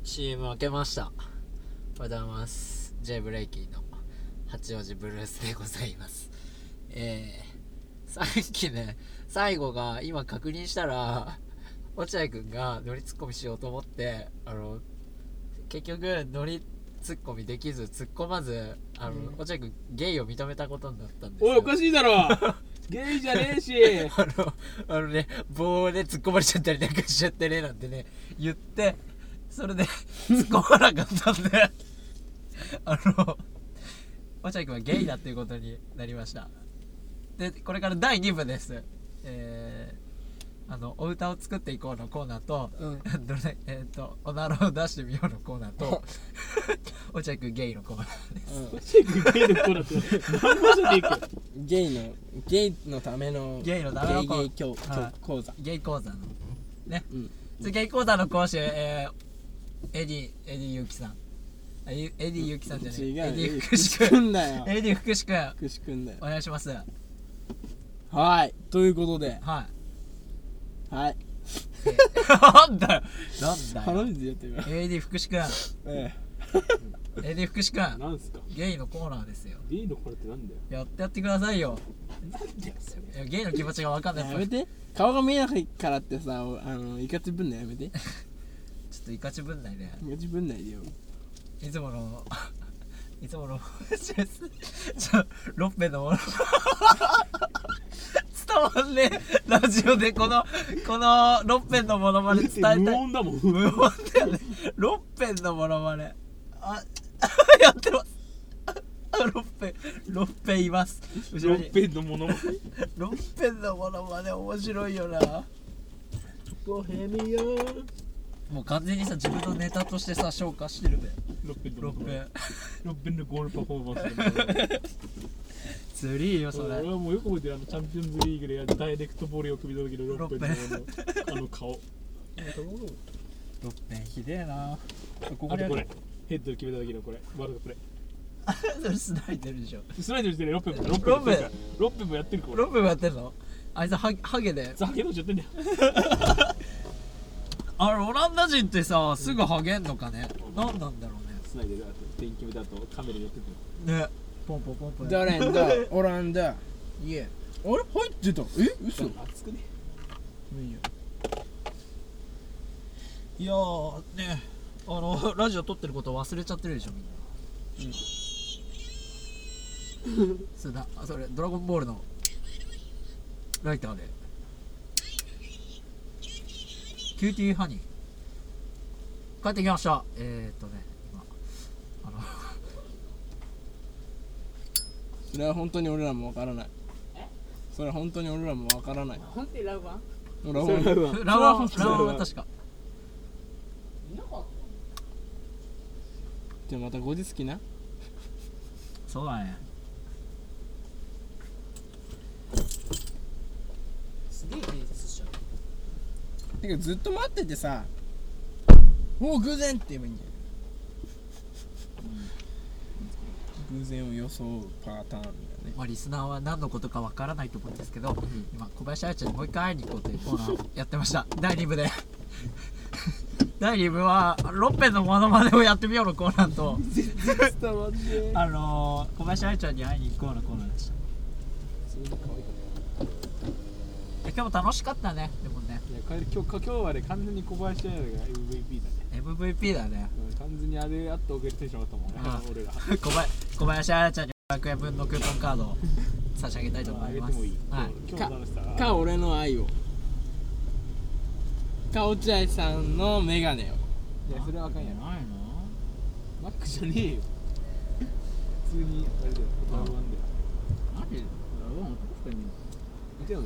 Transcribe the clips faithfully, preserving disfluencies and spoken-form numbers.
シーエム 開けました。おはようございます。 J ブレイキーの八王子ブルースでございます。えー、さっきね最後が今確認したら落合くんがノリツッコミしようと思ってあの結局ノリツッコミできず突っ込まずあの、うん、落合くんゲイを認めたことになったんですよ。 おいおかしいだろゲイじゃねえしあのあのね棒で突っ込まれちゃったりなんかしちゃってねなんてね言ってそれで突っ込まなかったんであの落合くんはゲイだっていうことになりました。でこれからだいに部です。えー、あのお歌を作っていこうのコーナーと、うん、どれえっ、ー、とおならを出してみようのコーナーと落合くんゲイのコーナーです。 落合くんゲイのコーナーって何文字でいくゲイのゲイのためのゲイのためのゲイ教講座ゲイ講座のね、うん、ゲイ講座の講師、えー、エディエディユキさんエディユキさんじゃない違うエディ福士くんだよ。エディ福士くん福士くんだよ。 お願いします。 はいということではいはいなんだよなんだよ鼻水やってるエディ福士くんええエディ福士くんなんすかゲイのコーナーですよ。 ゲイのコーナーってなんだよ。 やってやってくださいよ。 なんだよそれ。 いやゲイの気持ちが分かんない。 やめて顔が見えないからってさあのイカチぶんないやめてちょっとイカチぶんないね。 イカチぶんないでよ。 いつものいつものちょロッペのもの伝わんねえラジオでこのこのロッペンのモノマネ伝えたい。 無音だもん。 無音だよね。ロッペンのモノマネあやってます。ロッペンロッペンいます。 後ろにロッペンのモノマネロッペンのモノマネ面白いよな。 ボヘミアンもう完全にさ自分のネタとしてさ消化してるべ。 ロッペンロッペンロッペンのゴールパフォーマンスずりーよそれ。 俺はもうよく覚えてる。あのチャンピオンズリーグでやるダイレクトボレーを組み止めるロッペンのあの顔。ロッペンひでえな。 ここにあるこれヘッドで決めた時のこれワールドプレイそれスナイデルでしょ。 スナイデルしてるロッペンもロッペンもロッペンもやってる。 ロッペンもやってるの。あいつハハゲでハゲのちゃってんだよあれオランダ人ってさすぐハゲんのかね。なんなんだろうね。 スナイデルあと点決めた後カメラでやってるね。ポンポンポンポン誰んだオランダいえあれ入ってたえ嘘熱くねいいよ。いやーねあのラジオ撮ってること忘れちゃってるでしょみんな。うんそれだあそれドラゴンボールのライターでキューティーハニー帰ってきました。えーっとね今あのそれは本当に俺らもわからない。それは本当に俺らもわからない。 本当にラウワンラウワンラウワンラウワンは確かじゃあまた後日好きな。 そうだね。 すげえ芸術しちゃう。 てかずっと待っててさもう偶然って言えばいいんじゃない。偶然を装うパターンだね。 まあリスナーは何のことかわからないと思うんですけど、うん、今小林愛ちゃんにもう一回会いに行こうというコーナーをやってましただいに部でだいに部はロッペンのモノマネをやってみようのコーナーと伝わんねえあのー、小林愛ちゃんに会いに行こうのコーナーでした。今日も楽しかったね。でもねいや今日今日はね完全に小林愛が エムブイピー だね。 エムブイピー だね、 うん、完全にあれあっておけるテンションだったもんね、うん、俺ら小林小林愛ちゃんにひゃくえん分のクーポンカードを差し上げたいと思います。 あげてもいい、 はい、 今日の楽しさかか俺の愛をか落合さんのメガネを。 いやそれはあかんやろ。 ないのマックじゃねえよ普通にあれだよラウワンだよ。 マジラウワン男二人見てよね。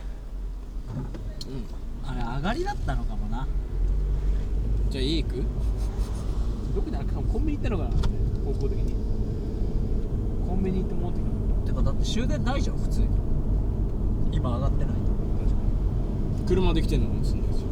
うんあれ上がりだったのかもな。 じゃあ家行くどこであるかコンビニ行ったのかな方向的に。コンビニ行って戻ってきた。 てかだって終電ないじゃん普通に。今上がってない。 車で来てんのかもしれないですよ。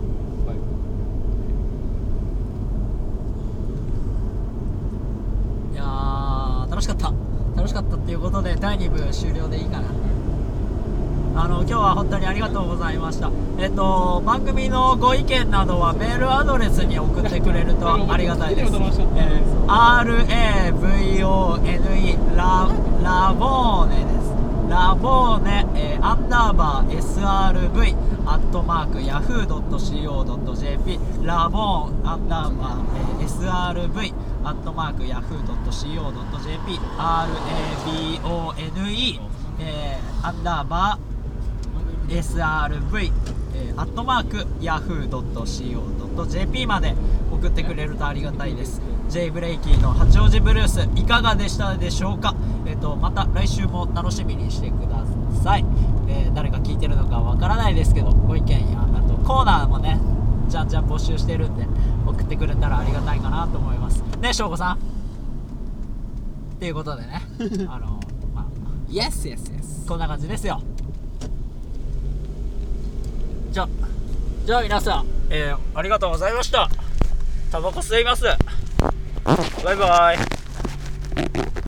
いやー楽しかった楽しかったっていうことでだいに部終了でいいかな。あの今日は本当にありがとうございました。えっと番組のご意見などはメールアドレスに送ってくれるともありがたいです。 見ても楽しかったえー アールエーブイオーエヌイー ララボーネです。ラボーネ、えーアンダーバー エスアールブイ アットマーク ヤフー ドット シーオー ドット ジェーピー ラボーンアンダーバー、えー エスアールブイ アットマーク ヤフー ドット シーオー ドット ジェーピー アールエービーオーエヌイー、えーアンダーバー エスアールブイ、えーアットマーク ヤフー ドット シーオー ドット ジェーピー まで送ってくれるとありがたいです。 J ブレイキーの八王子ブルースいかがでしたでしょうか。えっとまた来週も楽しみにしてください。えー誰か聞いてるのかわからないですけど、ご意見やあとコーナーもねじゃんじゃん募集してるんで送ってくれたらありがたいかなと思いますね、翔吾さん。っていうことでねあのまあ Yes yes yes こんな感じですよ。じゃあじゃあ皆さん、えー、ありがとうございました。タバコ吸います。バイバイ。